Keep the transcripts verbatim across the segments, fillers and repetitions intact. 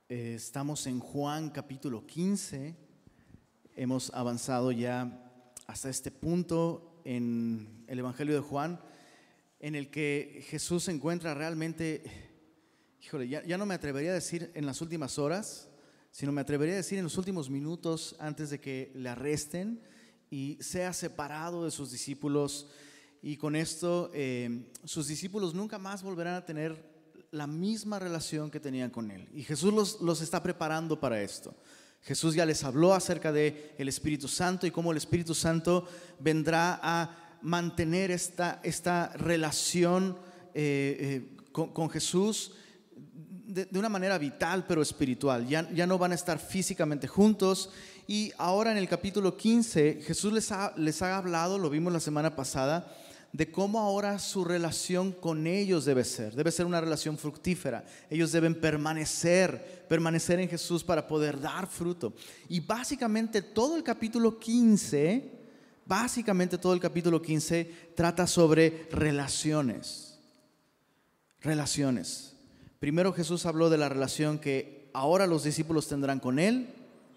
Eh, estamos en Juan capítulo quince. Hemos avanzado ya hasta este punto en el Evangelio de Juan, en el que Jesús se encuentra realmente, híjole, ya, ya no me atrevería a decir en las últimas horas, sino me atrevería a decir en los últimos minutos antes de que le arresten y sea separado de sus discípulos. Y con esto eh, sus discípulos nunca más volverán a tener la misma relación que tenían con él. Y Jesús los, los está preparando para esto. Jesús ya les habló acerca de el Espíritu Santo y cómo el Espíritu Santo vendrá a mantener esta, esta relación eh, eh, con, con Jesús de, de una manera vital pero espiritual. Ya, ya no van a estar físicamente juntos. Y ahora en el capítulo quince Jesús les ha, les ha hablado, lo vimos la semana pasada, de cómo ahora su relación con ellos debe ser. Debe ser una relación fructífera. Ellos deben permanecer, permanecer en Jesús para poder dar fruto. Y básicamente todo el capítulo quince, básicamente todo el capítulo quince trata sobre relaciones. Relaciones. Primero Jesús habló de la relación que ahora los discípulos tendrán con Él.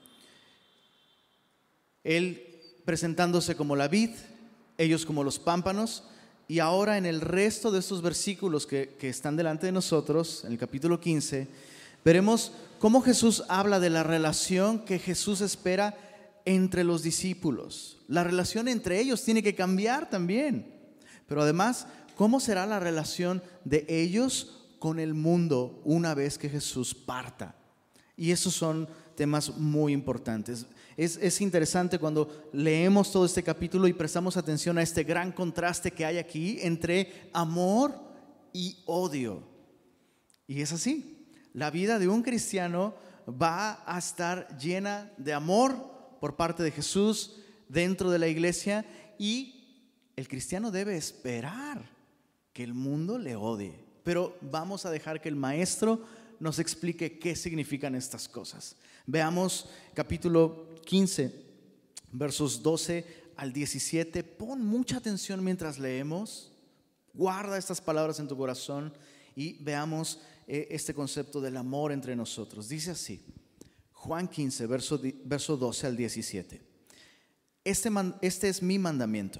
Él presentándose como la vid, ellos como los pámpanos. Y ahora en el resto de estos versículos que, que están delante de nosotros, en el capítulo quince, veremos cómo Jesús habla de la relación que Jesús espera entre los discípulos. La relación entre ellos tiene que cambiar también, pero además, ¿cómo será la relación de ellos con el mundo una vez que Jesús parta? Y esos son temas muy importantes. Es, es interesante cuando leemos todo este capítulo y prestamos atención a este gran contraste que hay aquí entre amor y odio. Y es así. La vida de un cristiano va a estar llena de amor por parte de Jesús dentro de la iglesia, y el cristiano debe esperar que el mundo le odie. Pero vamos a dejar que el maestro nos explique qué significan estas cosas. Veamos capítulo quince, versos doce al diecisiete. Pon mucha atención mientras leemos. Guarda estas palabras en tu corazón y veamos eh, este concepto del amor entre nosotros. Dice así, Juan quince, verso, verso doce al diecisiete. Este, man, este es mi mandamiento,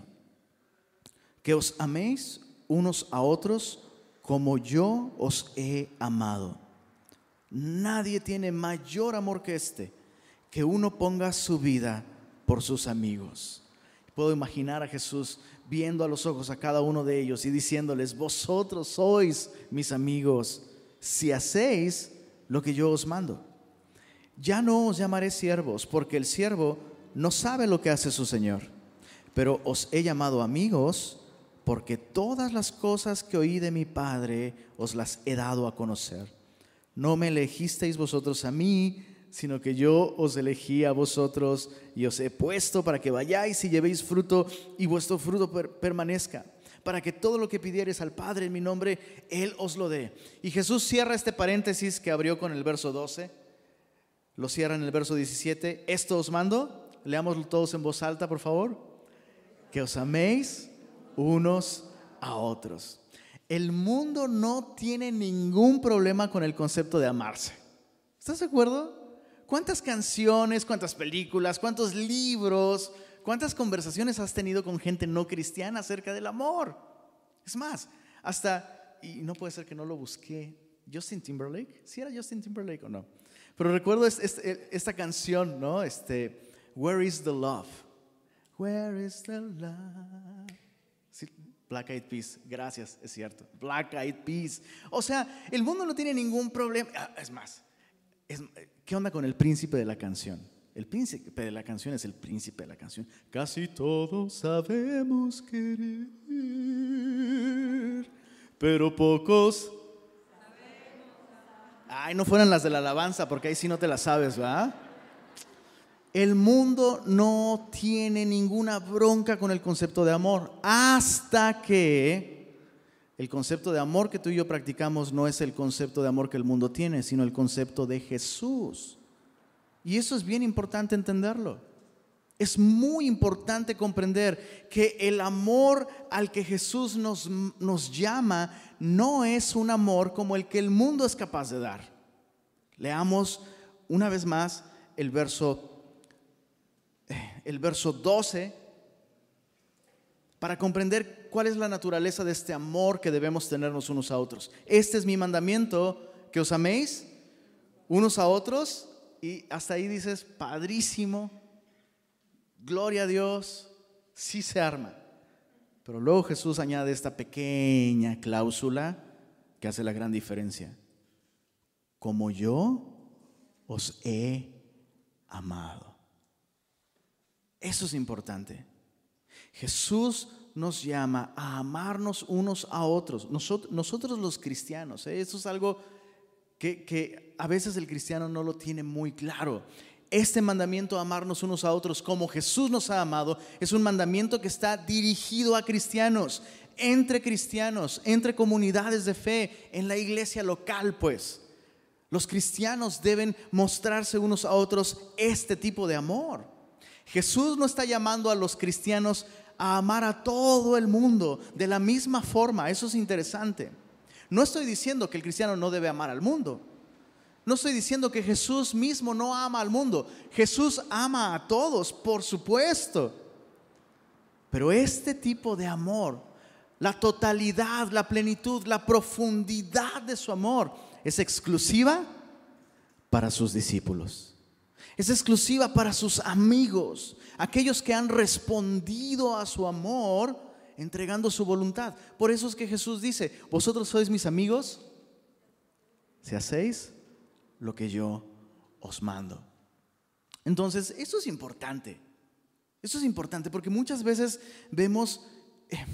que os améis unos a otros como yo os he amado. Nadie tiene mayor amor que este, que uno ponga su vida por sus amigos. Puedo imaginar a Jesús viendo a los ojos a cada uno de ellos y diciéndoles: vosotros sois mis amigos si hacéis lo que yo os mando. Ya no os llamaré siervos, porque el siervo no sabe lo que hace su señor, pero os he llamado amigos, porque todas las cosas que oí de mi Padre os las he dado a conocer. No me elegisteis vosotros a mí, sino que yo os elegí a vosotros y os he puesto para que vayáis y llevéis fruto y vuestro fruto per- permanezca, para que todo lo que pidiereis al Padre en mi nombre, Él os lo dé. Y Jesús cierra este paréntesis que abrió con el verso doce, lo cierra en el verso diecisiete. Esto os mando, leámoslo todos en voz alta por favor, que os améis unos a otros. El mundo no tiene ningún problema con el concepto de amarse. ¿Estás de acuerdo? ¿Cuántas canciones, cuántas películas, cuántos libros, cuántas conversaciones has tenido con gente no cristiana acerca del amor? Es más, hasta, y no puede ser que no lo busqué, Justin Timberlake, ¿sí era Justin Timberlake o no? Pero recuerdo este, este, esta canción, ¿no? Este, Where is the love? Where is the love? Sí, Black Eyed Peas, gracias, es cierto, Black Eyed Peas. O sea, el mundo no tiene ningún problema. Es más, es, ¿qué onda con el príncipe de la canción? El príncipe de la canción es el príncipe de la canción. Casi todos sabemos querer, pero pocos. Ay, no fueran las de la alabanza, porque ahí sí no te la sabes, ¿verdad? El mundo no tiene ninguna bronca con el concepto de amor, hasta que el concepto de amor que tú y yo practicamos no es el concepto de amor que el mundo tiene, sino el concepto de Jesús. Y eso es bien importante entenderlo. Es muy importante comprender que el amor al que Jesús nos, nos llama no es un amor como el que el mundo es capaz de dar. Leamos una vez más el verso, el verso doce para comprender cuál es la naturaleza de este amor que debemos tenernos unos a otros. Este es mi mandamiento, que os améis unos a otros. Y hasta ahí dices, padrísimo, gloria a Dios, sí se arma. Pero luego Jesús añade esta pequeña cláusula que hace la gran diferencia. Como yo os he amado. Eso es importante. Jesús nos llama a amarnos unos a otros. Nosotros, nosotros los cristianos, ¿eh? Eso es algo que, que a veces el cristiano no lo tiene muy claro. Este mandamiento, amarnos unos a otros como Jesús nos ha amado, es un mandamiento que está dirigido a cristianos, entre cristianos, entre comunidades de fe, en la iglesia local, pues. Los cristianos deben mostrarse unos a otros este tipo de amor. Jesús no está llamando a los cristianos a amar a todo el mundo de la misma forma. Eso es interesante. No estoy diciendo que el cristiano no debe amar al mundo. No estoy diciendo que Jesús mismo no ama al mundo. Jesús ama a todos, por supuesto. Pero este tipo de amor, la totalidad, la plenitud, la profundidad de su amor, es exclusiva para sus discípulos. Es exclusiva para sus amigos, aquellos que han respondido a su amor entregando su voluntad. Por eso es que Jesús dice: vosotros sois mis amigos si hacéis lo que yo os mando. Entonces, eso es importante. Eso es importante porque muchas veces vemos eh,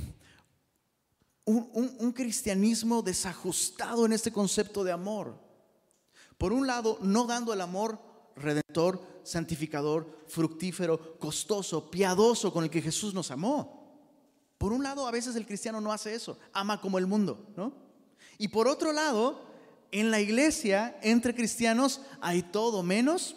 un, un, un cristianismo desajustado en este concepto de amor. Por un lado, no dando el amor redentor, santificador, fructífero, costoso, piadoso con el que Jesús nos amó. Por un lado, a veces el cristiano no hace eso, ama como el mundo, ¿no? Y por otro lado, en la iglesia, entre cristianos, hay todo menos,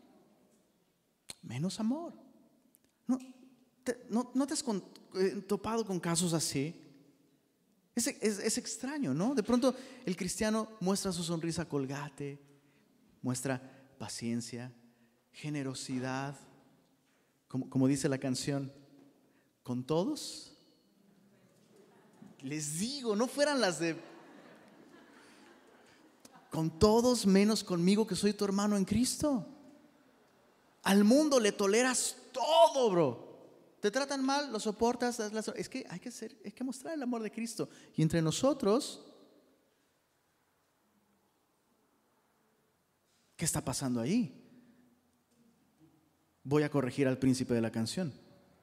menos amor. ¿No te, no, no te has con, eh, topado con casos así? Es, es, es extraño, ¿no? De pronto el cristiano muestra su sonrisa colgate, muestra paciencia, generosidad, como, como dice la canción, con todos. Les digo, no fueran las de con todos menos conmigo, que soy tu hermano en Cristo. Al mundo le toleras todo, bro. Te tratan mal, lo soportas. Es que hay que ser, hay que mostrar el amor de Cristo. Y entre nosotros, ¿qué está pasando ahí? Voy a corregir al príncipe de la canción.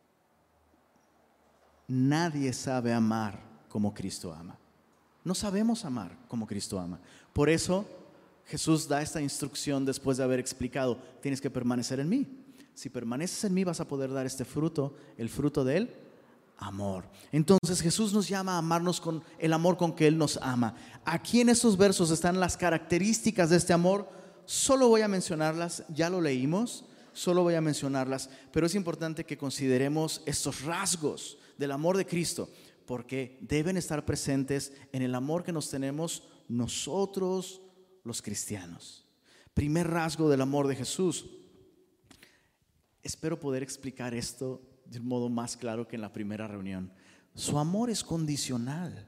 Nadie sabe amar como Cristo ama. No sabemos amar como Cristo ama. Por eso Jesús da esta instrucción después de haber explicado: tienes que permanecer en mí. Si permaneces en mí, vas a poder dar este fruto, el fruto del amor. Entonces Jesús nos llama a amarnos con el amor con que Él nos ama. Aquí en estos versos están las características de este amor. Solo voy a mencionarlas, ya lo leímos, solo voy a mencionarlas, pero es importante que consideremos estos rasgos del amor de Cristo, porque deben estar presentes en el amor que nos tenemos nosotros los cristianos. Primer rasgo del amor de Jesús. Espero poder explicar esto de un modo más claro que en la primera reunión. Su amor es condicional.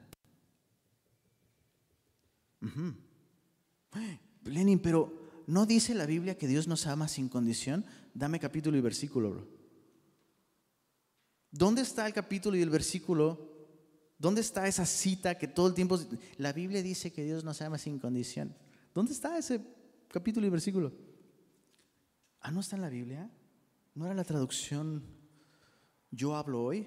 Uh-huh. Lenin, pero ¿no dice la Biblia que Dios nos ama sin condición? Dame capítulo y versículo, bro. ¿Dónde está el capítulo y el versículo? ¿Dónde está esa cita que todo el tiempo la Biblia dice que Dios nos ama sin condición? ¿Dónde está ese capítulo y versículo? Ah, ¿no está en la Biblia? ¿No era la traducción Yo hablo hoy?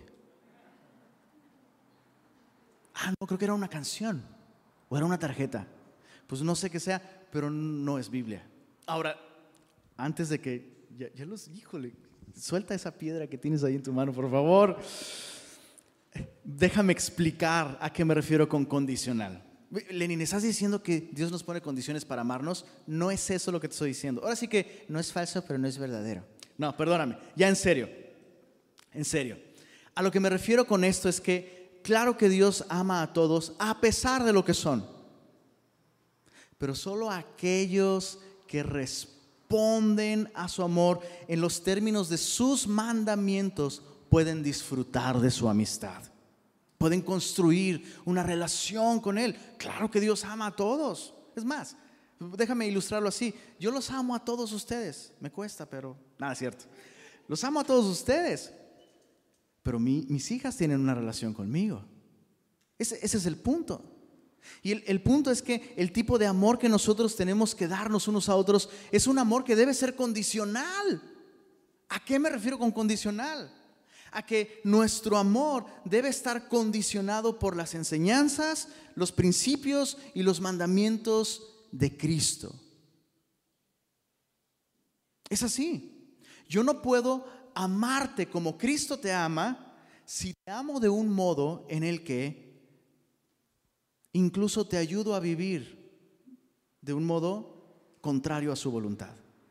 Ah, no, creo que era una canción o era una tarjeta. Pues no sé qué sea, pero no es Biblia. Ahora, antes de que ya, ya los, híjole, suelta esa piedra que tienes ahí en tu mano, por favor. Déjame explicar a qué me refiero con condicional. Lenin, ¿estás diciendo que Dios nos pone condiciones para amarnos? No es eso lo que te estoy diciendo. Ahora sí que no es falso, pero no es verdadero. No, perdóname, ya en serio, en serio. A lo que me refiero con esto es que claro que Dios ama a todos a pesar de lo que son, pero solo a aquellos que responden a su amor en los términos de sus mandamientos pueden disfrutar de su amistad. Pueden construir una relación con Él. Claro que Dios ama a todos. Es más, déjame ilustrarlo así. Yo los amo a todos ustedes. Me cuesta, pero nada, es cierto. Los amo a todos ustedes. Pero mi, mis hijas tienen una relación conmigo. Ese, ese es el punto. Y el, el punto es que el tipo de amor que nosotros tenemos que darnos unos a otros es un amor que debe ser condicional. ¿A qué me refiero con condicional? A que nuestro amor debe estar condicionado por las enseñanzas, los principios y los mandamientos de Cristo. Es así. Yo no puedo amarte como Cristo te ama si te amo de un modo en el que incluso te ayudo a vivir de un modo contrario a su voluntad.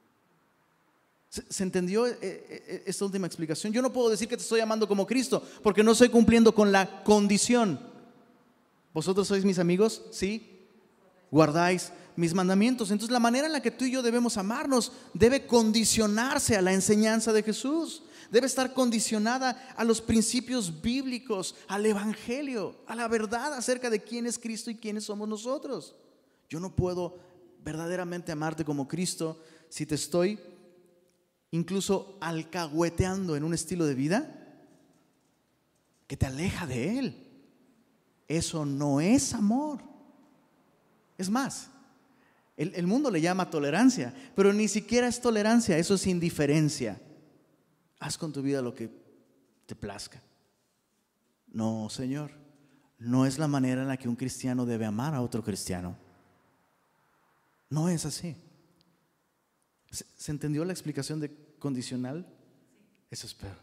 ¿Se entendió esta última explicación? Yo no puedo decir que te estoy amando como Cristo porque no estoy cumpliendo con la condición. ¿Vosotros sois mis amigos? Sí. Guardáis mis mandamientos. Entonces la manera en la que tú y yo debemos amarnos debe condicionarse a la enseñanza de Jesús. Debe estar condicionada a los principios bíblicos, al evangelio, a la verdad acerca de quién es Cristo y quiénes somos nosotros. Yo no puedo verdaderamente amarte como Cristo si te estoy incluso alcahueteando en un estilo de vida que te aleja de Él. Eso no es amor. Es más, el, el mundo le llama tolerancia, pero ni siquiera es tolerancia, eso es indiferencia. Haz con tu vida lo que te plazca. No, Señor, no es la manera en la que un cristiano debe amar a otro cristiano. No es así. ¿Se, ¿se entendió la explicación de condicional? Eso espero.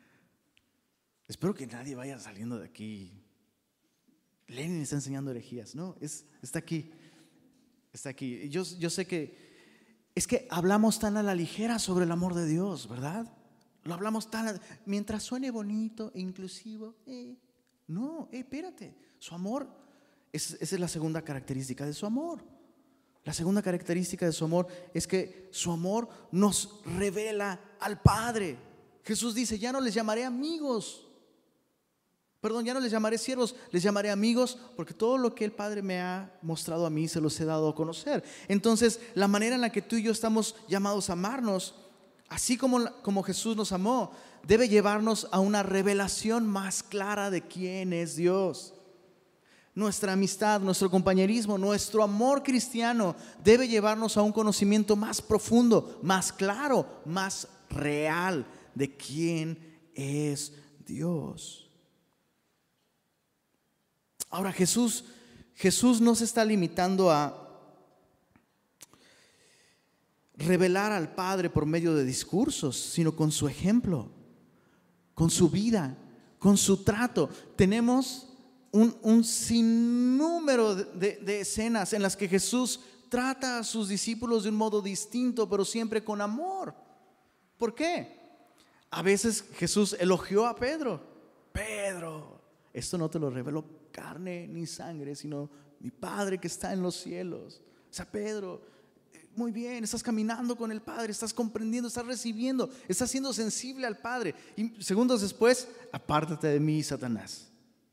Espero que nadie vaya saliendo de aquí. Lenin está enseñando herejías. No, es, está aquí. Está aquí. Yo, yo sé que es que hablamos tan a la ligera sobre el amor de Dios, ¿verdad? Lo hablamos tan a, mientras suene bonito e inclusivo. Eh, no, eh, espérate. Su amor, es, esa es la segunda característica de su amor. La segunda característica de su amor es que su amor nos revela al Padre. Jesús dice: ya no les llamaré amigos. Perdón, ya no les llamaré siervos, les llamaré amigos, porque todo lo que el Padre me ha mostrado a mí se los he dado a conocer. Entonces, la manera en la que tú y yo estamos llamados a amarnos, así como, como Jesús nos amó, debe llevarnos a una revelación más clara de quién es Dios. Nuestra amistad, nuestro compañerismo, nuestro amor cristiano debe llevarnos a un conocimiento más profundo, más claro, más real de quién es Dios. Ahora Jesús, Jesús no se está limitando a revelar al Padre por medio de discursos, sino con su ejemplo, con su vida, con su trato. Tenemos un, un sinnúmero de, de, de escenas en las que Jesús trata a sus discípulos de un modo distinto, pero siempre con amor. ¿Por qué? A veces Jesús elogió a Pedro. Pedro, esto no te lo reveló carne ni sangre, sino mi Padre que está en los cielos. O sea, Pedro, muy bien, estás caminando con el Padre, estás comprendiendo, estás recibiendo, estás siendo sensible al Padre. Y segundos después, apártate de mí, Satanás.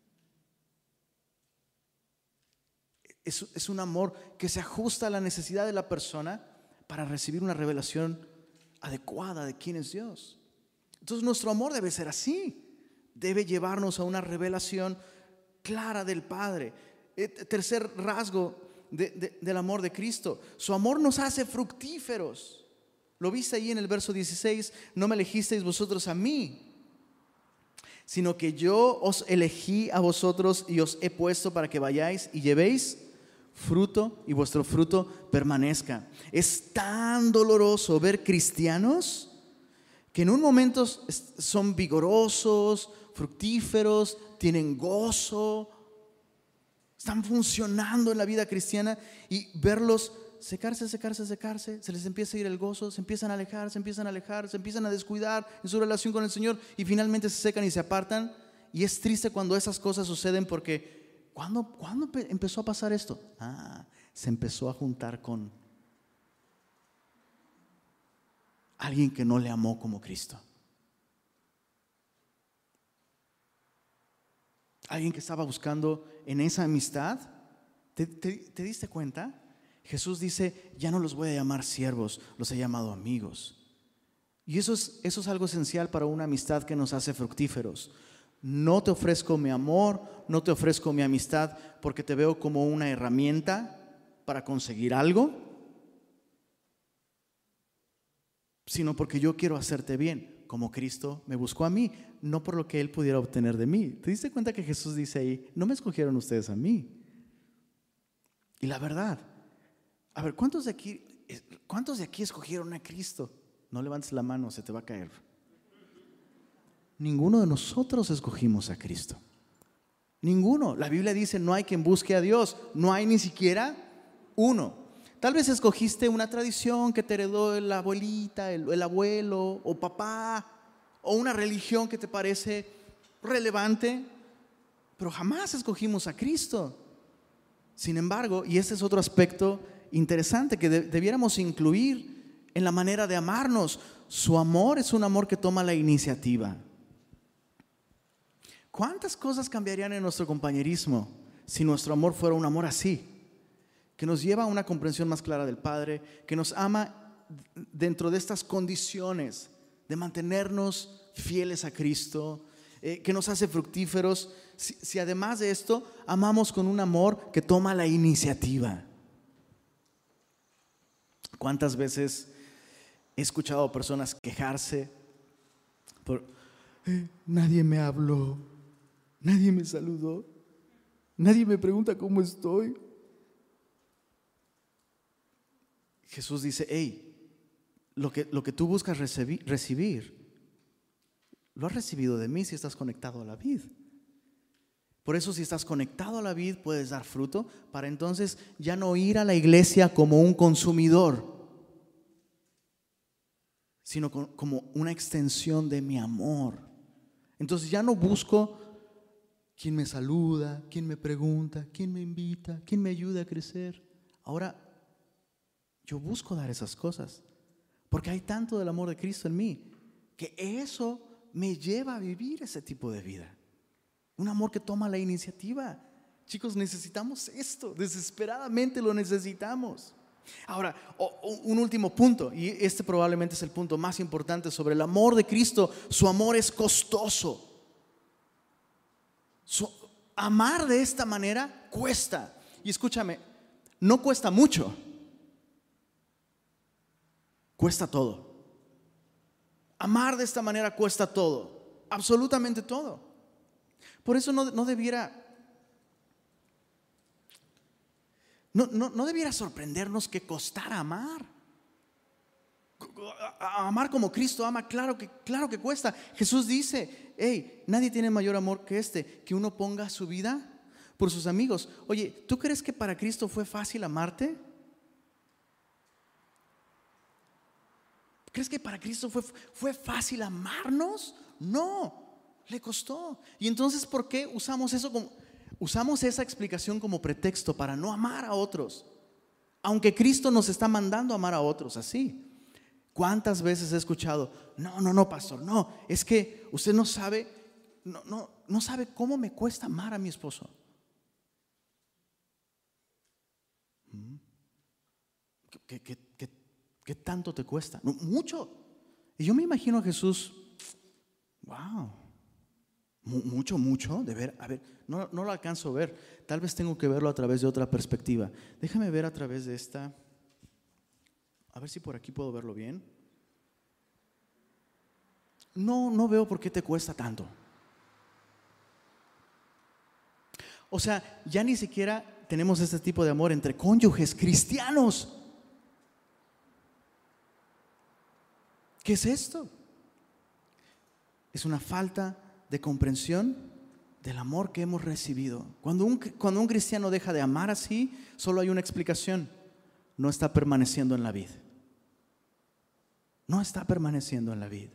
Es, es un amor que se ajusta a la necesidad de la persona para recibir una revelación adecuada de quién es Dios. Entonces nuestro amor debe ser así. Debe llevarnos a una revelación clara del Padre. Eh, tercer rasgo de, de, del amor de Cristo: su amor nos hace fructíferos. Lo viste ahí en el verso dieciséis: no me elegisteis vosotros a mí, sino que yo os elegí a vosotros y os he puesto para que vayáis y llevéis fruto y vuestro fruto permanezca. Es tan doloroso ver cristianos que en un momento son vigorosos, fructíferos, tienen gozo, están funcionando en la vida cristiana, y verlos secarse, secarse, secarse, se les empieza a ir el gozo, se empiezan a alejar, se empiezan a alejar, se empiezan a descuidar en su relación con el Señor, y finalmente se secan y se apartan. Y es triste cuando esas cosas suceden, porque ¿cuándo, ¿cuándo empezó a pasar esto? Ah, se empezó a juntar con alguien que no le amó como Cristo. Alguien que estaba buscando en esa amistad. ¿Te, te, te diste cuenta? Jesús dice, ya no los voy a llamar siervos, los he llamado amigos. Y eso es, eso es algo esencial para una amistad que nos hace fructíferos. No te ofrezco mi amor, no te ofrezco mi amistad porque te veo como una herramienta para conseguir algo, sino porque yo quiero hacerte bien, como Cristo me buscó a mí, no por lo que Él pudiera obtener de mí. ¿Te diste cuenta que Jesús dice ahí, no me escogieron ustedes a mí? Y la verdad, a ver, ¿cuántos de aquí, cuántos de aquí escogieron a Cristo? No levantes la mano, se te va a caer. Ninguno de nosotros escogimos a Cristo. Ninguno. La Biblia dice, no hay quien busque a Dios. No hay ni siquiera uno. Tal vez escogiste una tradición que te heredó la abuelita, el, el abuelo o papá, o una religión que te parece relevante, pero jamás escogimos a Cristo. Sin embargo, y este es otro aspecto interesante que de, debiéramos incluir en la manera de amarnos, su amor es un amor que toma la iniciativa. ¿Cuántas cosas cambiarían en nuestro compañerismo si nuestro amor fuera un amor así? Que nos lleva a una comprensión más clara del Padre, que nos ama dentro de estas condiciones de mantenernos fieles a Cristo, eh, que nos hace fructíferos. Si, si además de esto amamos con un amor que toma la iniciativa. ¿Cuántas veces he escuchado a personas quejarse por eh, nadie me habló, nadie me saludó, nadie me pregunta cómo estoy? Jesús dice, hey, lo que, lo que tú buscas recibir, recibir, lo has recibido de mí si estás conectado a la vid. Por eso si estás conectado a la vid puedes dar fruto, para entonces ya no ir a la iglesia como un consumidor, sino como una extensión de mi amor. Entonces ya no busco quién me saluda, quién me pregunta, quién me invita, quién me ayuda a crecer. Ahora yo busco dar esas cosas, porque hay tanto del amor de Cristo en mí, que eso me lleva a vivir ese tipo de vida. Un amor que toma la iniciativa. Chicos, necesitamos esto, desesperadamente lo necesitamos. Ahora, un último punto, y este probablemente es el punto más importante sobre el amor de Cristo. Su amor es costoso. Su, amar de esta manera cuesta. Y escúchame, no cuesta mucho, cuesta todo. Amar de esta manera cuesta todo, absolutamente todo. Por eso no, no debiera no, no, no debiera sorprendernos que costara amar. Amar como Cristo ama, claro que, claro que cuesta. Jesús dice, hey, nadie tiene mayor amor que este, que uno ponga su vida por sus amigos. Oye, ¿tú crees que para Cristo fue fácil amarte? ¿Crees que para Cristo fue, fue fácil amarnos? No, le costó. Y entonces, ¿por qué usamos eso como, usamos esa explicación como pretexto para no amar a otros? Aunque Cristo nos está mandando a amar a otros así. ¿Cuántas veces he escuchado? No, no, no, pastor, no, es que usted no sabe, no, no, no sabe cómo me cuesta amar a mi esposo. ¿Qué, qué, qué, qué tanto te cuesta? No, mucho. Y yo me imagino a Jesús, wow, mucho, mucho, de ver, a ver, no, no lo alcanzo a ver. Tal vez tengo que verlo a través de otra perspectiva. Déjame ver a través de esta. A ver si por aquí puedo verlo bien. No, no veo por qué te cuesta tanto. O sea, ya ni siquiera tenemos este tipo de amor entre cónyuges cristianos. ¿Qué es esto? Es una falta de comprensión del amor que hemos recibido. Cuando un, cuando un cristiano deja de amar así, solo hay una explicación: no está permaneciendo en la vid. No está permaneciendo en la vid.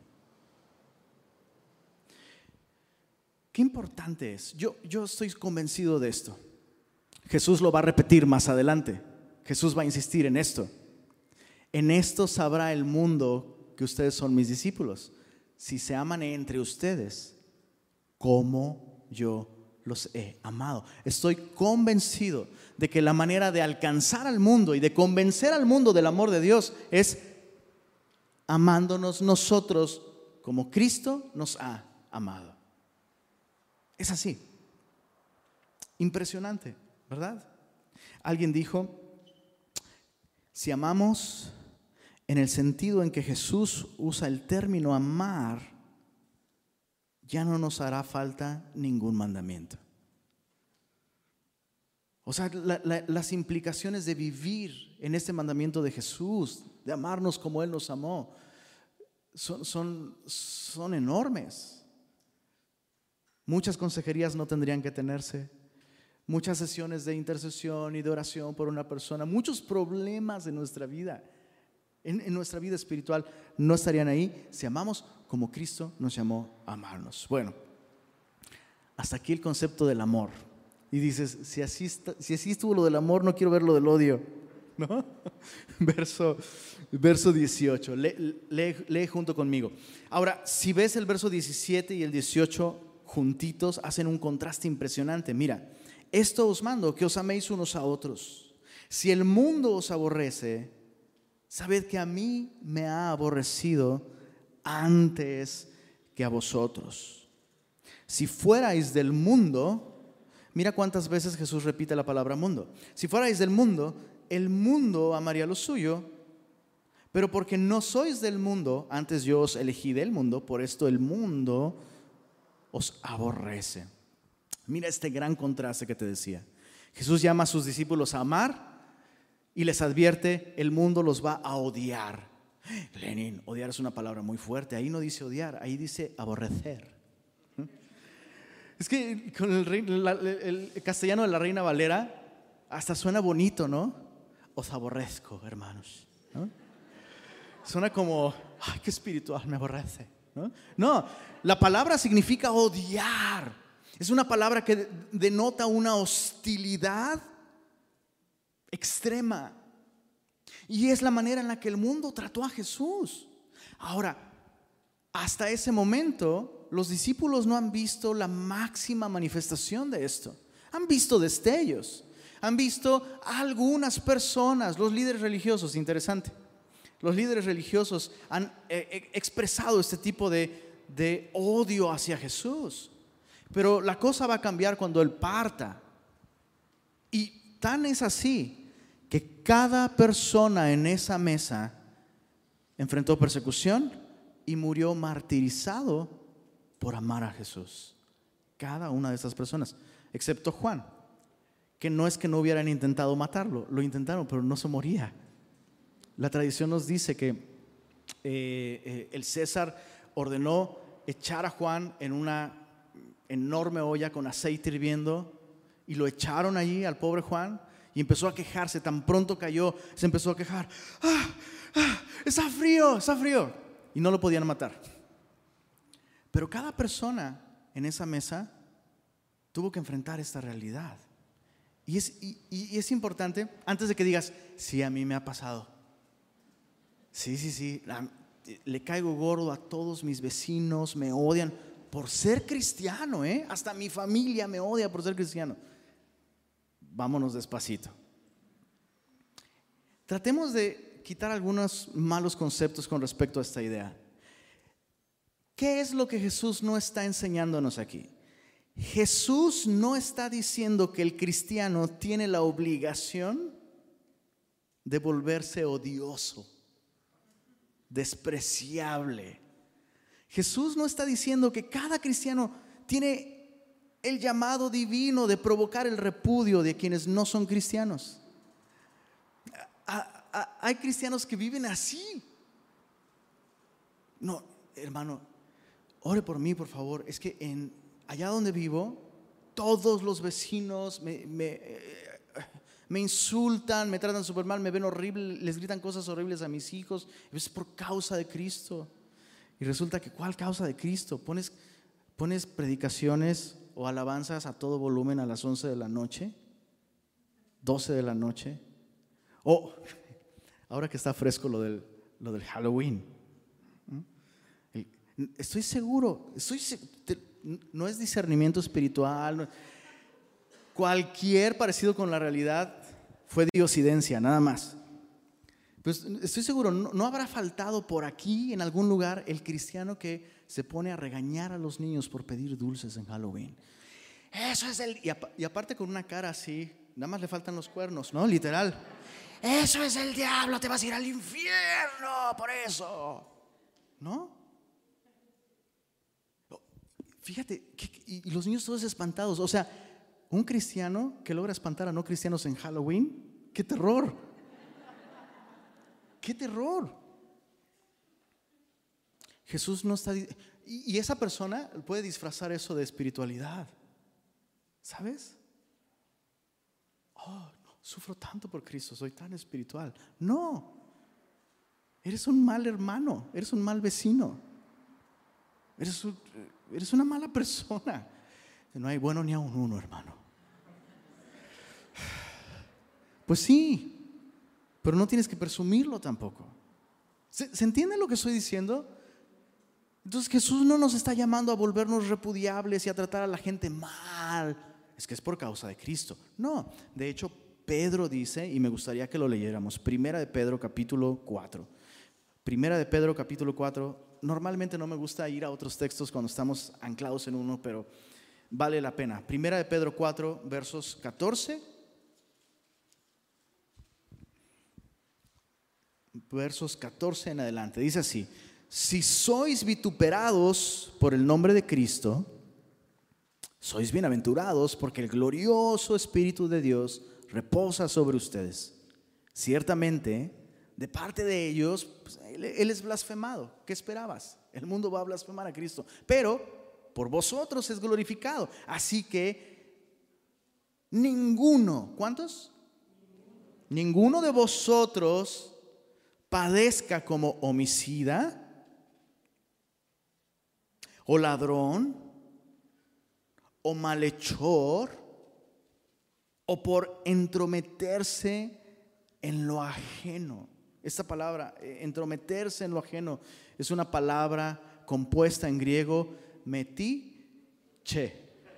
Qué importante es. Yo, yo estoy convencido de esto. Jesús lo va a repetir más adelante. Jesús va a insistir en esto. En esto sabrá el mundo que ustedes son mis discípulos, si se aman entre ustedes como yo los he amado. Estoy convencido de que la manera de alcanzar al mundo y de convencer al mundo del amor de Dios es amándonos nosotros como Cristo nos ha amado. Es así. Impresionante, ¿verdad? Alguien dijo, si amamos en el sentido en que Jesús usa el término amar, ya no nos hará falta ningún mandamiento. O sea, la, la, las implicaciones de vivir en este mandamiento de Jesús, de amarnos como Él nos amó, son, son, son enormes. Muchas consejerías no tendrían que tenerse, muchas sesiones de intercesión y de oración por una persona, muchos problemas de nuestra vida, en, en nuestra vida espiritual, no estarían ahí si amamos como Cristo nos llamó a amarnos. Bueno, hasta aquí el concepto del amor. Y dices, si así, está, si así estuvo lo del amor, no quiero ver lo del odio, ¿no? Verso, verso dieciocho, lee, lee, lee junto conmigo. Ahora, si ves el verso diecisiete y el dieciocho juntitos, hacen un contraste impresionante. Mira, esto os mando, que os améis unos a otros. Si el mundo os aborrece, sabed que a mí me ha aborrecido antes que a vosotros. Si fuerais del mundo, mira cuántas veces Jesús repite la palabra mundo. Si fuerais del mundo, el mundo amaría lo suyo, pero porque no sois del mundo, antes yo os elegí del mundo, por esto el mundo os aborrece. Mira este gran contraste que te decía. Jesús llama a sus discípulos a amar y les advierte, el mundo los va a odiar. Lenin, odiar es una palabra muy fuerte. Ahí no dice odiar, ahí dice aborrecer. Es que con el, rey, la, el castellano de la Reina Valera hasta suena bonito, ¿no? Os aborrezco, hermanos, ¿no? Suena como, ay, qué espiritual, me aborrece, ¿no? No, la palabra significa odiar. Es una palabra que denota una hostilidad extrema. Y es la manera en la que el mundo trató a Jesús. Ahora, hasta ese momento, los discípulos no han visto la máxima manifestación de esto. Han visto destellos. Han visto a algunas personas, los líderes religiosos, interesante. Los líderes religiosos han eh, expresado este tipo de, de odio hacia Jesús. Pero la cosa va a cambiar cuando Él parta. Y tan es así que cada persona en esa mesa enfrentó persecución y murió martirizado por amar a Jesús. Cada una de esas personas, excepto Juan, que no es que no hubieran intentado matarlo, lo intentaron, pero no se moría. La tradición nos dice que eh, eh, el César ordenó echar a Juan en una enorme olla con aceite hirviendo y lo echaron allí al pobre Juan y empezó a quejarse. Tan pronto cayó, se empezó a quejar. ¡Ah, ah, está frío, está frío! Y no lo podían matar. Pero cada persona en esa mesa tuvo que enfrentar esta realidad. Y es, y, y es importante, antes de que digas, sí, a mí me ha pasado. Sí, sí, sí, la, le caigo gordo a todos mis vecinos, me odian por ser cristiano, ¿eh? Hasta mi familia me odia por ser cristiano. Vámonos despacito. Tratemos de quitar algunos malos conceptos con respecto a esta idea. ¿Qué es lo que Jesús no está enseñándonos aquí? Jesús no está diciendo que el cristiano tiene la obligación de volverse odioso, despreciable. Jesús no está diciendo que cada cristiano tiene el llamado divino de provocar el repudio de quienes no son cristianos. Hay cristianos que viven así. No, hermano, ore por mí, por favor. Es que en, allá donde vivo, todos los vecinos me, me, me insultan, me tratan súper mal, me ven horrible, les gritan cosas horribles a mis hijos. Es por causa de Cristo. Y resulta que, ¿cuál causa de Cristo? Pones, pones predicaciones o alabanzas a todo volumen a las once de la noche, doce de la noche. O, ahora que está fresco lo del, lo del Halloween, Estoy seguro, estoy, no es discernimiento espiritual. No, cualquier parecido con la realidad fue diosidencia, nada más. Pues estoy seguro, no, no habrá faltado por aquí en algún lugar el cristiano que se pone a regañar a los niños por pedir dulces en Halloween. Eso es el... Y, ap- y aparte con una cara así, nada más le faltan los cuernos, ¿no? Literal. Eso es el diablo, te vas a ir al infierno por eso. ¿No? Fíjate, y los niños todos espantados. O sea, un cristiano que logra espantar a no cristianos en Halloween, ¡qué terror! ¡Qué terror! Jesús no está... Y esa persona puede disfrazar eso de espiritualidad, ¿sabes? Oh, no, sufro tanto por Cristo, soy tan espiritual. No, eres un mal hermano, eres un mal vecino, eres, un, eres una mala persona. No hay bueno ni a un uno, hermano. Pues sí, pero no tienes que presumirlo tampoco. ¿Se, ¿Se entiende lo que estoy diciendo? Entonces Jesús no nos está llamando a volvernos repudiables y a tratar a la gente mal. Es que es por causa de Cristo. No, de hecho Pedro dice, y me gustaría que lo leyéramos, Primera de Pedro capítulo cuatro. Primera de Pedro capítulo cuatro. Normalmente no me gusta ir a otros textos cuando estamos anclados en uno, pero vale la pena. Primera de Pedro cuatro, versos catorce. Versos catorce en adelante. Dice así: si sois vituperados por el nombre de Cristo, sois bienaventurados, porque el glorioso Espíritu de Dios reposa sobre ustedes. Ciertamente, de parte de ellos, pues, él, él es blasfemado. ¿Qué esperabas? El mundo va a blasfemar a Cristo, pero por vosotros es glorificado. Así que ninguno, ¿cuántos? Ninguno de vosotros padezca como homicida, o ladrón, o malhechor, o por entrometerse en lo ajeno. Esta palabra, entrometerse en lo ajeno, es una palabra compuesta en griego, metiche.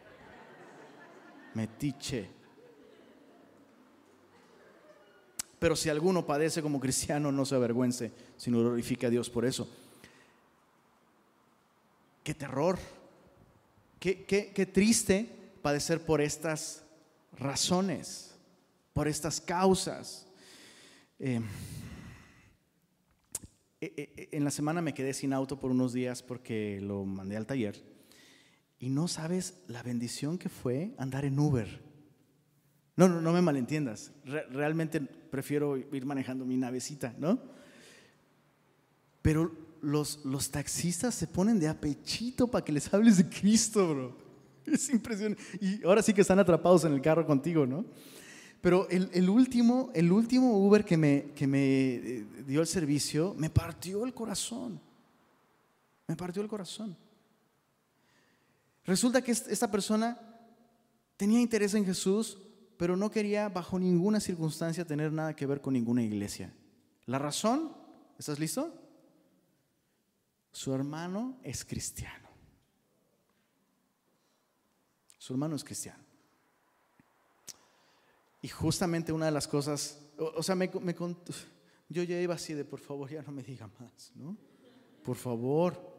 Metiche. Pero si alguno padece como cristiano, no se avergüence, sino glorifique a Dios por eso. ¡Qué terror! Qué, qué, qué triste padecer por estas razones, por estas causas. Eh, eh, en la semana me quedé sin auto por unos días porque lo mandé al taller. Y no sabes la bendición que fue andar en Uber. No, no, no me malentiendas. Re- realmente prefiero ir manejando mi navecita, ¿no? Pero los, los taxistas se ponen de apechito para que les hables de Cristo, bro. Es impresionante. Y ahora sí que están atrapados en el carro contigo, ¿no? Pero el, el, último, el último Uber que me, que me dio el servicio me partió el corazón. Me partió el corazón. Resulta que esta persona tenía interés en Jesús, pero no quería bajo ninguna circunstancia tener nada que ver con ninguna iglesia. ¿La razón? ¿Estás listo? Su hermano es cristiano. Su hermano es cristiano. Y justamente una de las cosas, o, o sea, me, me, yo ya iba así de, por favor, ya no me diga más, ¿no? Por favor.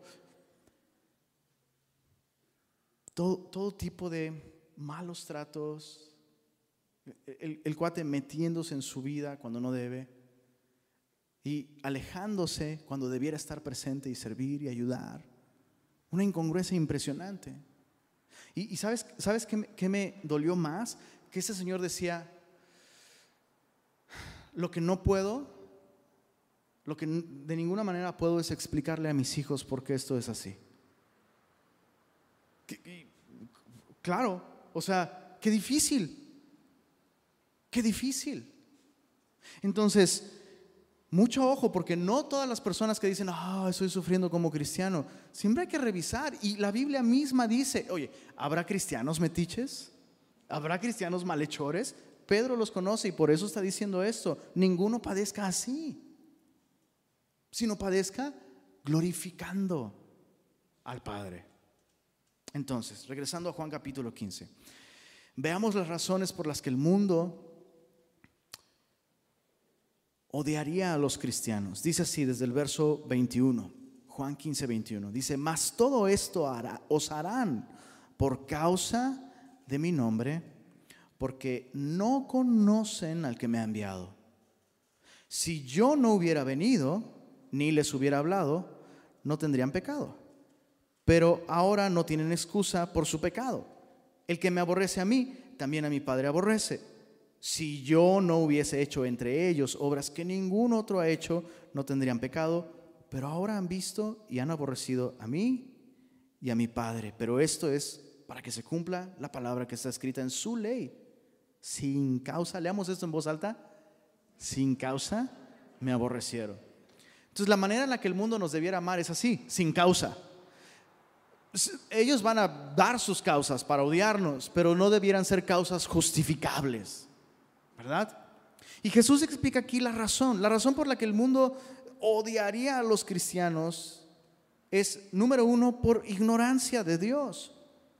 Todo, todo tipo de malos tratos, el, el cuate metiéndose en su vida cuando no debe y alejándose cuando debiera estar presente y servir y ayudar. Una incongruencia impresionante. Y, y ¿sabes, sabes qué, qué me dolió más? Que ese señor decía, lo que no puedo, lo que de ninguna manera puedo es explicarle a mis hijos por qué esto es así. Claro, o sea, qué difícil, qué difícil. Entonces, mucho ojo, porque no todas las personas que dicen, ah, oh, estoy sufriendo como cristiano, siempre hay que revisar. Y la Biblia misma dice, oye, ¿habrá cristianos metiches? ¿Habrá cristianos malhechores? Pedro los conoce y por eso está diciendo esto, ninguno padezca así, sino padezca glorificando al Padre. Entonces, regresando a Juan capítulo quince, veamos las razones por las que el mundo odiaría a los cristianos. Dice así desde el verso veintiuno, Juan quince, veintiuno. Dice: mas todo esto hará, os harán por causa de mi nombre, porque no conocen al que me ha enviado. Si yo no hubiera venido, ni les hubiera hablado, no tendrían pecado. Pero ahora no tienen excusa por su pecado. El que me aborrece a mí, también a mi Padre aborrece. Si yo no hubiese hecho entre ellos obras que ningún otro ha hecho, no tendrían pecado. Pero ahora han visto y han aborrecido a mí y a mi Padre. Pero esto es para que se cumpla la palabra que está escrita en su ley. Sin causa, leamos esto en voz alta. Sin causa me aborrecieron. Entonces la manera en la que el mundo nos debiera amar es así, sin causa. Ellos van a dar sus causas para odiarnos, pero no debieran ser causas justificables, ¿verdad? Y Jesús explica aquí la razón. La razón por la que el mundo odiaría a los cristianos es, número uno, por ignorancia de Dios.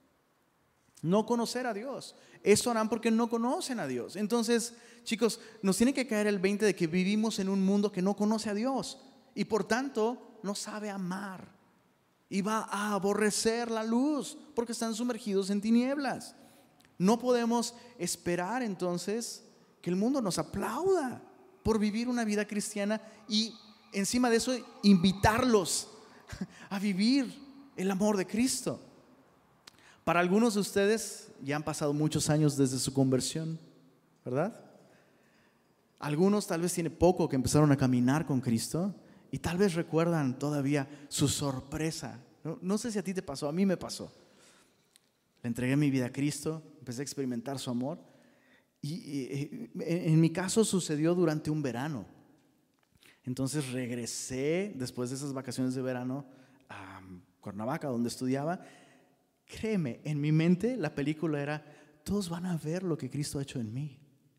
No conocer a Dios. Eso harán porque no conocen a Dios. Entonces, chicos, nos tiene que caer el veinte de que vivimos en un mundo que no conoce a Dios y por tanto no sabe amar. Y va a aborrecer la luz porque están sumergidos en tinieblas. No podemos esperar entonces que el mundo nos aplauda por vivir una vida cristiana y encima de eso invitarlos a vivir el amor de Cristo. Para algunos de ustedes ya han pasado muchos años desde su conversión, ¿verdad? Algunos tal vez tiene poco que empezaron a caminar con Cristo y tal vez recuerdan todavía su sorpresa. No, no sé si a ti te pasó, a mí me pasó. Le entregué mi vida a Cristo, empecé a experimentar su amor y, y, y en mi caso sucedió durante un verano. Entonces regresé después de esas vacaciones de verano a Cuernavaca, donde estudiaba. Créeme, en mi mente la película era: todos van a ver lo que Cristo ha hecho en mí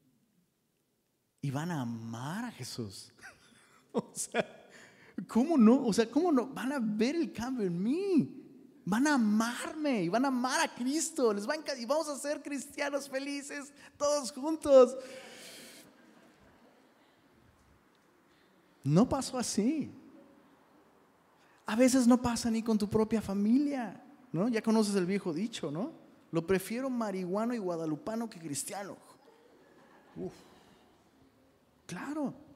y van a amar a Jesús. O sea, ¿cómo no? O sea, ¿cómo no? Van a ver el cambio en mí. Van a amarme y van a amar a Cristo. Les va a enc- y vamos a ser cristianos felices todos juntos. No pasó así. A veces no pasa ni con tu propia familia, ¿no? Ya conoces el viejo dicho, ¿no? Lo prefiero marihuano y guadalupano que cristiano. Uf. Claro.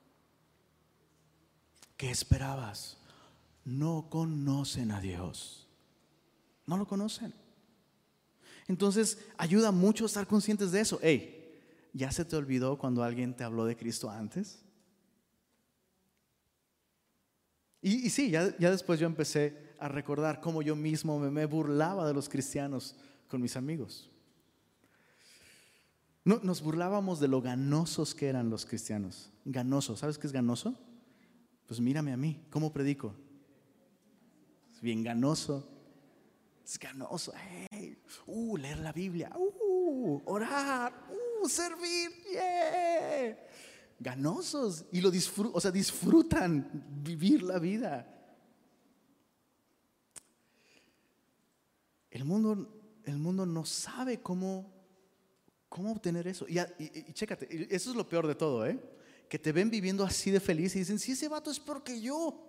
¿Qué esperabas? No conocen a Dios. No lo conocen. Entonces ayuda mucho estar conscientes de eso. Hey, ¿ya se te olvidó cuando alguien te habló de Cristo antes? Y, y sí, ya, ya después yo empecé a recordar cómo yo mismo me, me burlaba de los cristianos con mis amigos. No, nos burlábamos de lo ganosos que eran los cristianos. Ganoso, ¿sabes qué es ganoso? Pues mírame a mí, ¿cómo predico? Es bien ganoso. Es ganoso. Hey, uh, leer la Biblia, uh, orar, uh, servir, yeah. Ganosos y lo disfrutan, o sea, disfrutan vivir la vida. El mundo, el mundo no sabe cómo, cómo obtener eso. Y, y, y chécate, eso es lo peor de todo, ¿eh? Que te ven viviendo así de feliz y dicen: si ese vato es peor que yo.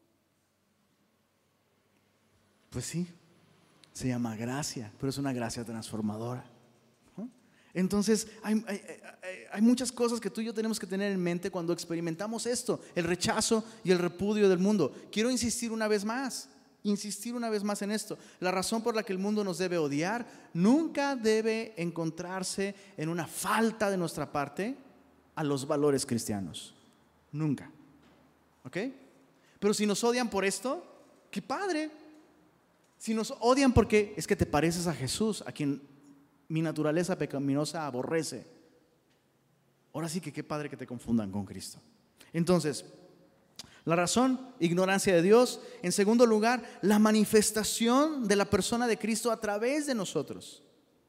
Pues sí, se llama gracia, pero es una gracia transformadora. Entonces hay, hay, hay muchas cosas que tú y yo tenemos que tener en mente cuando experimentamos esto, el rechazo y el repudio del mundo. Quiero insistir una vez más, insistir una vez más en esto. La razón por la que el mundo nos debe odiar nunca debe encontrarse en una falta de nuestra parte a los valores cristianos. Nunca. ¿Ok? Pero si nos odian por esto, ¡qué padre! Si nos odian porque es que te pareces a Jesús, a quien mi naturaleza pecaminosa aborrece, ahora sí que qué padre que te confundan con Cristo. Entonces, la razón, ignorancia de Dios. En segundo lugar, la manifestación de la persona de Cristo a través de nosotros.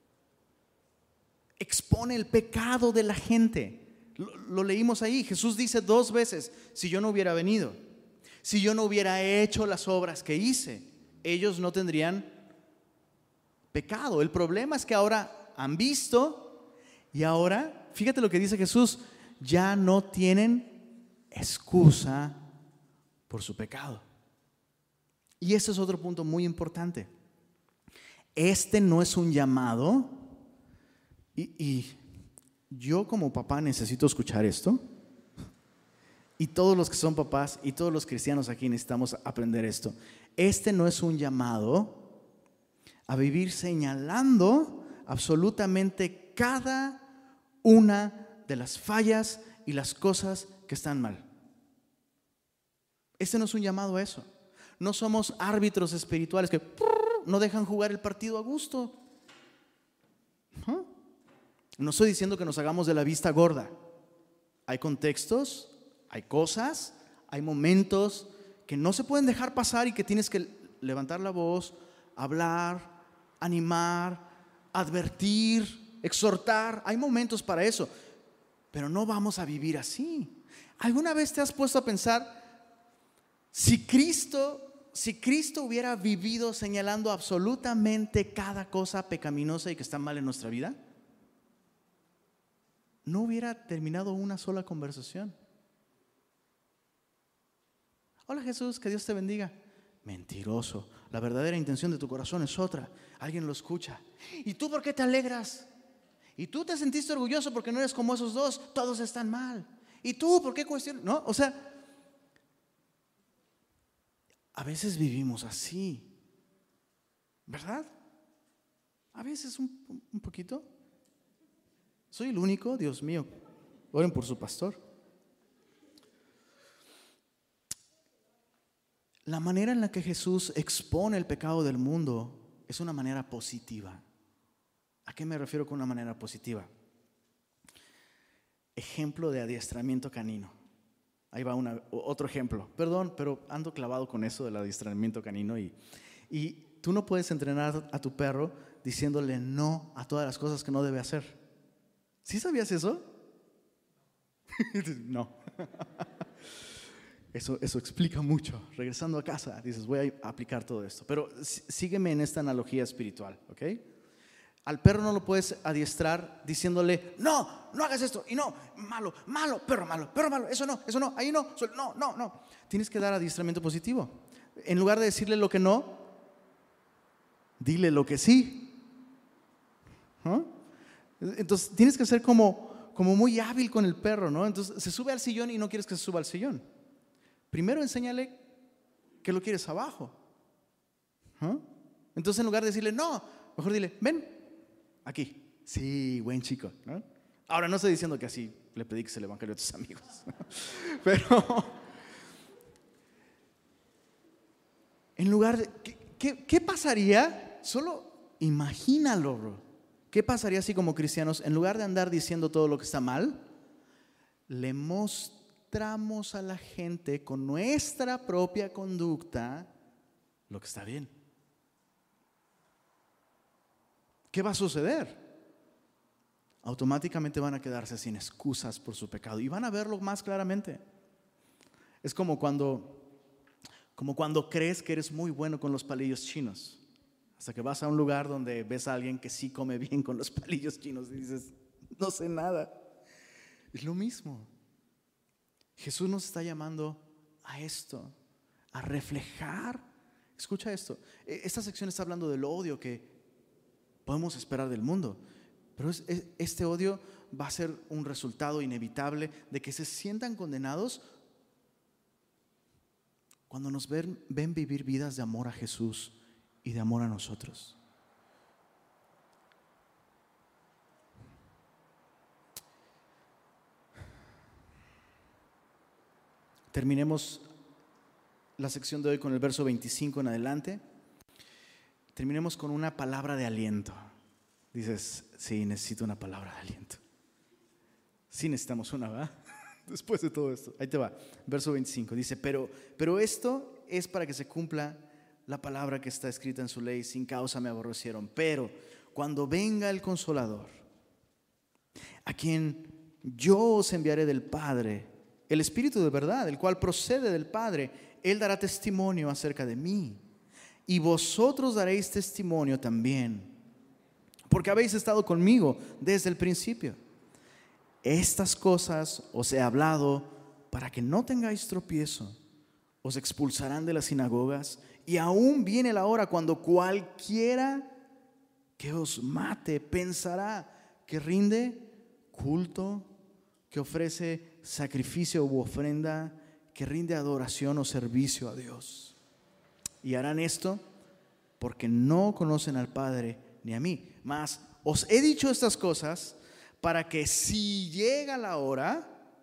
Expone el pecado de la gente. Lo, lo leímos ahí. Jesús dice dos veces: si yo no hubiera venido, si yo no hubiera hecho las obras que hice, ellos no tendrían pecado. El problema es que ahora han visto y ahora, fíjate lo que dice Jesús, ya no tienen excusa por su pecado. Y ese es otro punto muy importante. Este no es un llamado, y, y yo como papá necesito escuchar esto, y todos los que son papás y todos los cristianos aquí necesitamos aprender esto. Este no es un llamado a vivir señalando absolutamente cada una de las fallas y las cosas que están mal. Este no es un llamado a eso. No somos árbitros espirituales que no dejan jugar el partido a gusto. ¿No? No estoy diciendo que nos hagamos de la vista gorda. Hay contextos, hay cosas, hay momentos que no se pueden dejar pasar y que tienes que levantar la voz, hablar, animar, advertir, exhortar. Hay momentos para eso, pero no vamos a vivir así. ¿Alguna vez te has puesto a pensar si Cristo, si Cristo hubiera vivido señalando absolutamente cada cosa pecaminosa y que está mal en nuestra vida? No hubiera terminado una sola conversación. Hola Jesús, que Dios te bendiga. Mentiroso, la verdadera intención de tu corazón es otra. Alguien lo escucha. ¿Y tú por qué te alegras? ¿Y tú te sentiste orgulloso porque no eres como esos dos? Todos están mal. ¿Y tú por qué cuestionas? No, o sea, a veces vivimos así, ¿verdad? A veces un, un poquito. ¿Soy el único? Dios mío, oren por su pastor. La manera en la que Jesús expone el pecado del mundo es una manera positiva. ¿A qué me refiero con una manera positiva? Ejemplo de adiestramiento canino. Ahí va una, otro ejemplo. Perdón, pero ando clavado con eso del adiestramiento canino y, y tú no puedes entrenar a tu perro diciéndole no a todas las cosas que no debe hacer. ¿Sí sabías eso? No. Eso, eso explica mucho. Regresando a casa, dices, voy a aplicar todo esto. Pero sígueme en esta analogía espiritual, ¿ok? Al perro no lo puedes adiestrar diciéndole, no, no hagas esto, y no, malo, malo, perro malo, perro malo, eso no, eso no, ahí no, no, no, no. Tienes que dar adiestramiento positivo. En lugar de decirle lo que no, dile lo que sí. ¿Ah? Entonces tienes que ser como, como muy hábil con el perro, ¿no? Entonces se sube al sillón y no quieres que se suba al sillón. Primero enséñale que lo quieres abajo. ¿Ah? Entonces en lugar de decirle no, mejor dile, ven, aquí. Sí, buen chico, ¿no? Ahora no estoy diciendo que así le prediques el evangelio a tus amigos, pero en lugar de, ¿qué, qué, qué pasaría? Solo imagínalo, bro. ¿Qué pasaría si como cristianos, en lugar de andar diciendo todo lo que está mal, le mostramos a la gente con nuestra propia conducta lo que está bien? ¿Qué va a suceder? Automáticamente van a quedarse sin excusas por su pecado y van a verlo más claramente. Es como cuando, como cuando crees que eres muy bueno con los palillos chinos, hasta que vas a un lugar donde ves a alguien que sí come bien con los palillos chinos y dices, no sé nada. Es lo mismo. Jesús nos está llamando a esto, a reflejar. Escucha esto. Esta sección está hablando del odio que podemos esperar del mundo, pero es, es, este odio va a ser un resultado inevitable de que se sientan condenados cuando nos ven, ven vivir vidas de amor a Jesús y de amor a nosotros. Terminemos la sección de hoy con el verso veinticinco en adelante. Terminemos con una palabra de aliento. Dices, sí, necesito una palabra de aliento. Sí necesitamos una, ¿verdad? Después de todo esto. Ahí te va, verso veinticinco. Dice, pero, pero esto es para que se cumpla la palabra que está escrita en su ley. Sin causa me aborrecieron. Pero cuando venga el Consolador, a quien yo os enviaré del Padre, el Espíritu de verdad, el cual procede del Padre, Él dará testimonio acerca de mí. y vosotros daréis testimonio también, porque habéis estado conmigo desde el principio. Estas cosas os he hablado para que no tengáis tropiezo. Os expulsarán de las sinagogas, y aún viene la hora cuando cualquiera que os mate pensará que rinde culto, que ofrece sacrificio u ofrenda, que rinde adoración o servicio a Dios. Y harán esto porque no conocen al Padre ni a mí. Mas os he dicho estas cosas para que si llega la hora,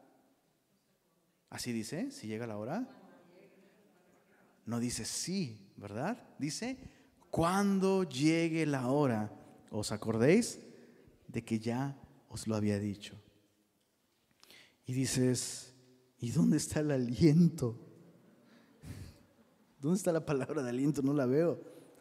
así dice, si llega la hora, no dice sí, ¿verdad? Dice, cuando llegue la hora, os acordéis de que ya os lo había dicho. Y dices, ¿y dónde está el aliento? ¿Dónde está la palabra de aliento? No la veo.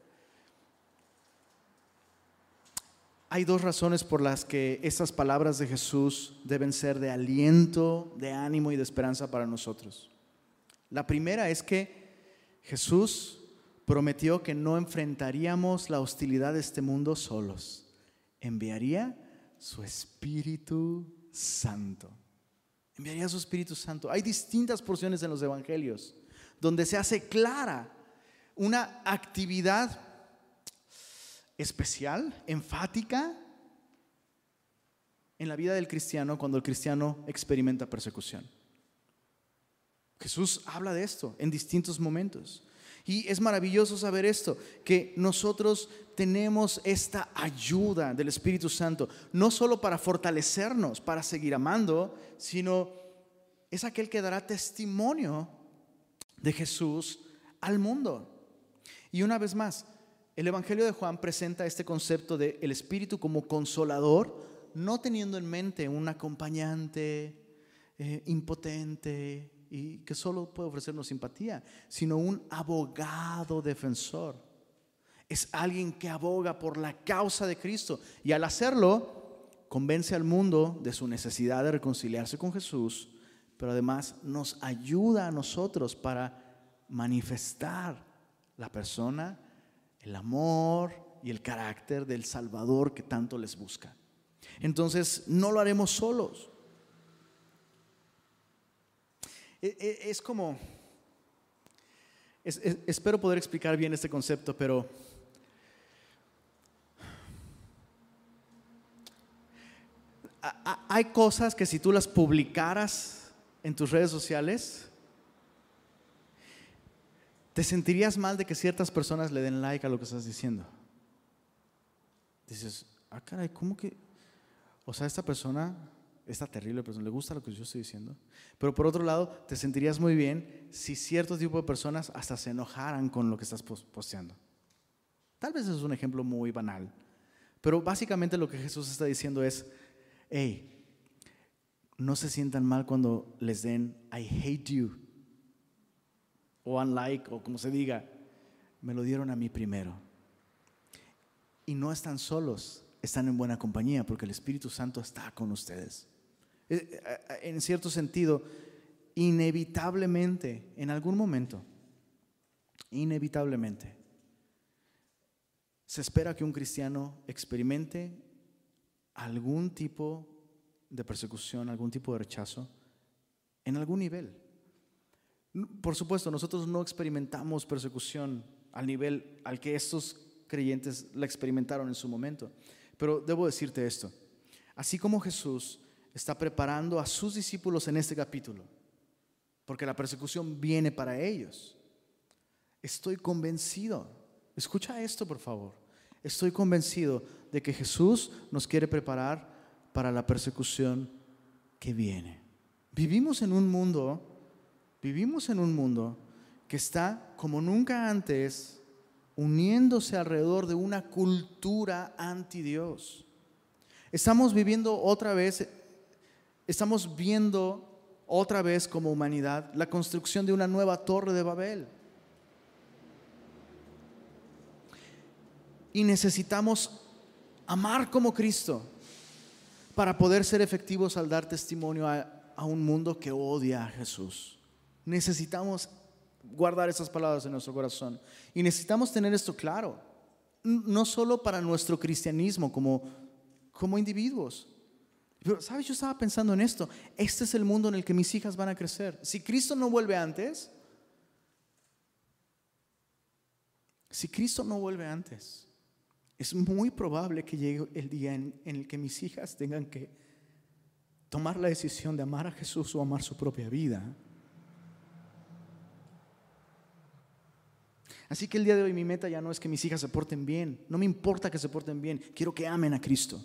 Hay dos razones por las que estas palabras de Jesús deben ser de aliento, de ánimo y de esperanza para nosotros. La primera es que Jesús prometió que no enfrentaríamos la hostilidad de este mundo solos. Enviaría su Espíritu Santo. Enviaría su Espíritu Santo. Hay distintas porciones en los evangelios donde se hace clara una actividad especial, enfática en la vida del cristiano cuando el cristiano experimenta persecución. Jesús habla de esto en distintos momentos. Y es maravilloso saber esto, que nosotros tenemos esta ayuda del Espíritu Santo, no solo para fortalecernos, para seguir amando, sino es aquel que dará testimonio de Jesús al mundo. Y una vez más, el Evangelio de Juan presenta este concepto de el Espíritu como consolador, no teniendo en mente un acompañante eh, impotente y que solo puede ofrecernos simpatía, sino un abogado defensor. Es alguien que aboga por la causa de Cristo y al hacerlo convence al mundo de su necesidad de reconciliarse con Jesús, pero además nos ayuda a nosotros para manifestar la persona, el amor y el carácter del Salvador que tanto les busca. Entonces no lo haremos solos. Es como, es, es, espero poder explicar bien este concepto, pero hay cosas que si tú las publicaras en tus redes sociales, te sentirías mal de que ciertas personas le den like a lo que estás diciendo. Dices, ah caray, ¿cómo que? O sea, esta persona, esta terrible persona, le gusta lo que yo estoy diciendo. Pero por otro lado, te sentirías muy bien si cierto tipo de personas hasta se enojaran con lo que estás posteando. Tal vez es un ejemplo muy banal, pero básicamente lo que Jesús está diciendo es, hey, no se sientan mal cuando les den I hate you o unlike o como se diga, me lo dieron a mí primero. Y no están solos, están en buena compañía porque el Espíritu Santo está con ustedes. En cierto sentido, inevitablemente, en algún momento, inevitablemente, se espera que un cristiano experimente algún tipo de persecución, algún tipo de rechazo, en algún nivel. Por supuesto, nosotros no experimentamos persecución al nivel al que estos creyentes la experimentaron en su momento. Pero debo decirte esto, así como Jesús está preparando a sus discípulos en este capítulo, porque la persecución viene para ellos, estoy convencido, escucha esto por favor, estoy convencido de que Jesús nos quiere preparar para la persecución que viene. Vivimos en un mundo, vivimos en un mundo que está como nunca antes uniéndose alrededor de una cultura anti Dios. Estamos viviendo otra vez, estamos viendo otra vez como humanidad la construcción de una nueva torre de Babel. Y necesitamos amar como Cristo para poder ser efectivos al dar testimonio a, a un mundo que odia a Jesús. Necesitamos guardar esas palabras en nuestro corazón. Y necesitamos tener esto claro, no solo para nuestro cristianismo como, como individuos. Pero, ¿sabes? Yo estaba pensando en esto. Este es el mundo en el que mis hijas van a crecer. Si Cristo no vuelve antes, si Cristo no vuelve antes, es muy probable que llegue el día en, en el que mis hijas tengan que tomar la decisión de amar a Jesús o amar su propia vida. Así que el día de hoy mi meta ya no es que mis hijas se porten bien. No me importa que se porten bien. Quiero que amen a Cristo.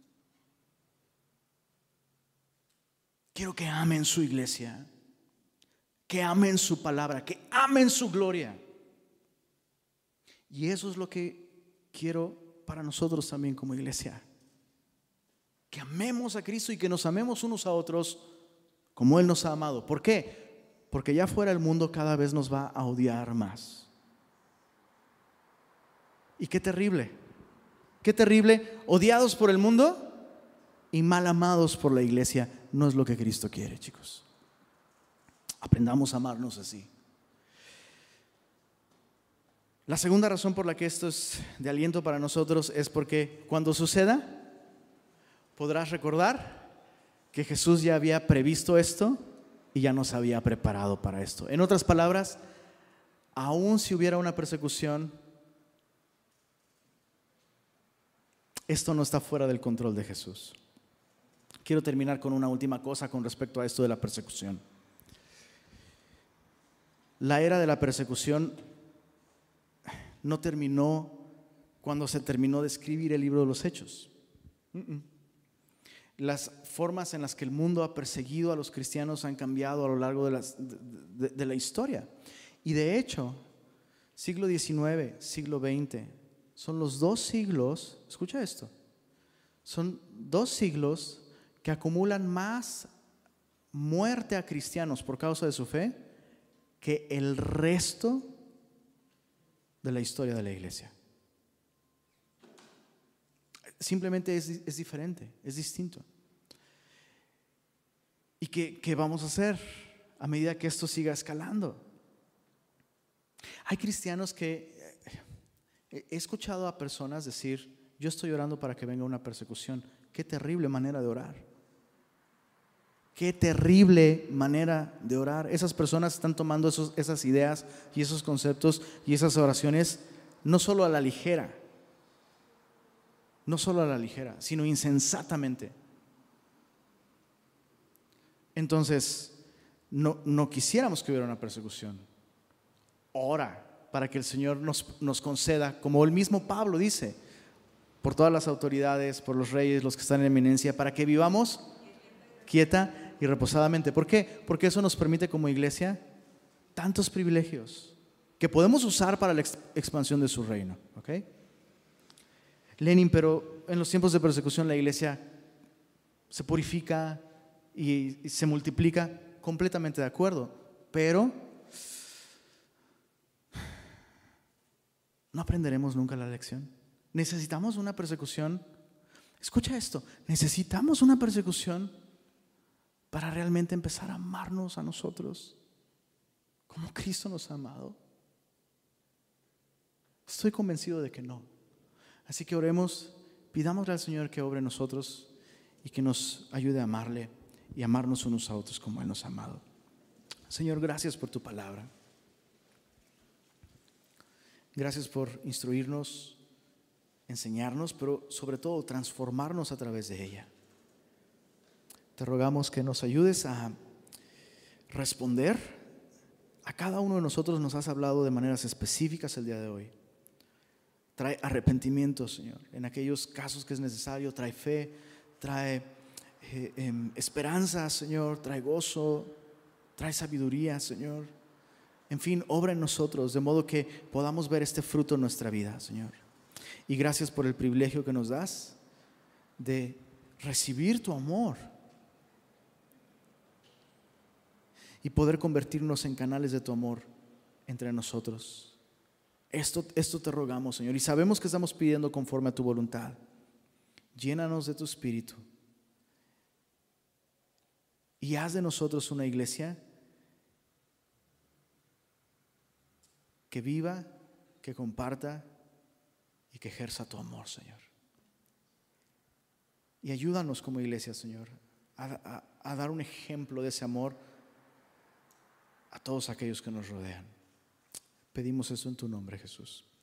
Quiero que amen su iglesia. Que amen su palabra. Que amen su gloria. Y eso es lo que quiero para nosotros también como iglesia. Que amemos a Cristo y que nos amemos unos a otros como Él nos ha amado. ¿Por qué? Porque allá afuera el mundo cada vez nos va a odiar más. Y qué terrible, qué terrible, odiados por el mundo y mal amados por la iglesia. No es lo que Cristo quiere, chicos. Aprendamos a amarnos así. La segunda razón por la que esto es de aliento para nosotros es porque cuando suceda, podrás recordar que Jesús ya había previsto esto y ya nos había preparado para esto. En otras palabras, aun si hubiera una persecución, esto no está fuera del control de Jesús. Quiero terminar con una última cosa con respecto a esto de la persecución. La era de la persecución no terminó cuando se terminó de escribir el libro de los Hechos. Las formas en las que el mundo ha perseguido a los cristianos han cambiado a lo largo de, las, de, de, de la historia. Y de hecho, siglo diecinueve, siglo veinte, son los dos siglos, escucha esto, son dos siglos que acumulan más muerte a cristianos por causa de su fe que el resto de la historia de la iglesia. Simplemente es, es diferente, es distinto. ¿Y qué, qué vamos a hacer a medida que esto siga escalando? Hay cristianos que he escuchado a personas decir: yo estoy orando para que venga una persecución. Qué terrible manera de orar. Qué terrible manera de orar. Esas personas están tomando esos, esas ideas y esos conceptos y esas oraciones no solo a la ligera, no solo a la ligera, sino insensatamente. Entonces, no, no quisiéramos que hubiera una persecución. Ora para que el Señor nos, nos conceda, como el mismo Pablo dice, por todas las autoridades, por los reyes, los que están en eminencia, para que vivamos quieta y reposadamente. ¿Por qué? Porque eso nos permite como iglesia tantos privilegios que podemos usar para la ex- expansión de su reino. ¿Ok? Lenin, pero en los tiempos de persecución la iglesia se purifica y, y se multiplica. Completamente de acuerdo, pero no aprenderemos nunca la lección. Necesitamos una persecución. Escucha esto, necesitamos una persecución para realmente empezar a amarnos a nosotros como Cristo nos ha amado. Estoy convencido de que no. Así que oremos, pidámosle al Señor que obre en nosotros y que nos ayude a amarle y amarnos unos a otros como Él nos ha amado. Señor, gracias por tu palabra. Gracias por instruirnos, enseñarnos, pero sobre todo transformarnos a través de ella. Te rogamos que nos ayudes a responder. A cada uno de nosotros nos has hablado de maneras específicas el día de hoy. Trae arrepentimiento, Señor, en aquellos casos que es necesario. Trae fe, trae eh, eh, esperanza, Señor. Trae gozo, trae sabiduría, Señor. En fin, obra en nosotros de modo que podamos ver este fruto en nuestra vida, Señor. Y gracias por el privilegio que nos das de recibir tu amor y poder convertirnos en canales de tu amor entre nosotros. Esto, esto te rogamos, Señor, y sabemos que estamos pidiendo conforme a tu voluntad. Llénanos de tu espíritu y haz de nosotros una iglesia que viva, que comparta y que ejerza tu amor, Señor. Y ayúdanos como iglesia, Señor, a, a, a dar un ejemplo de ese amor a todos aquellos que nos rodean. Pedimos eso en tu nombre, Jesús.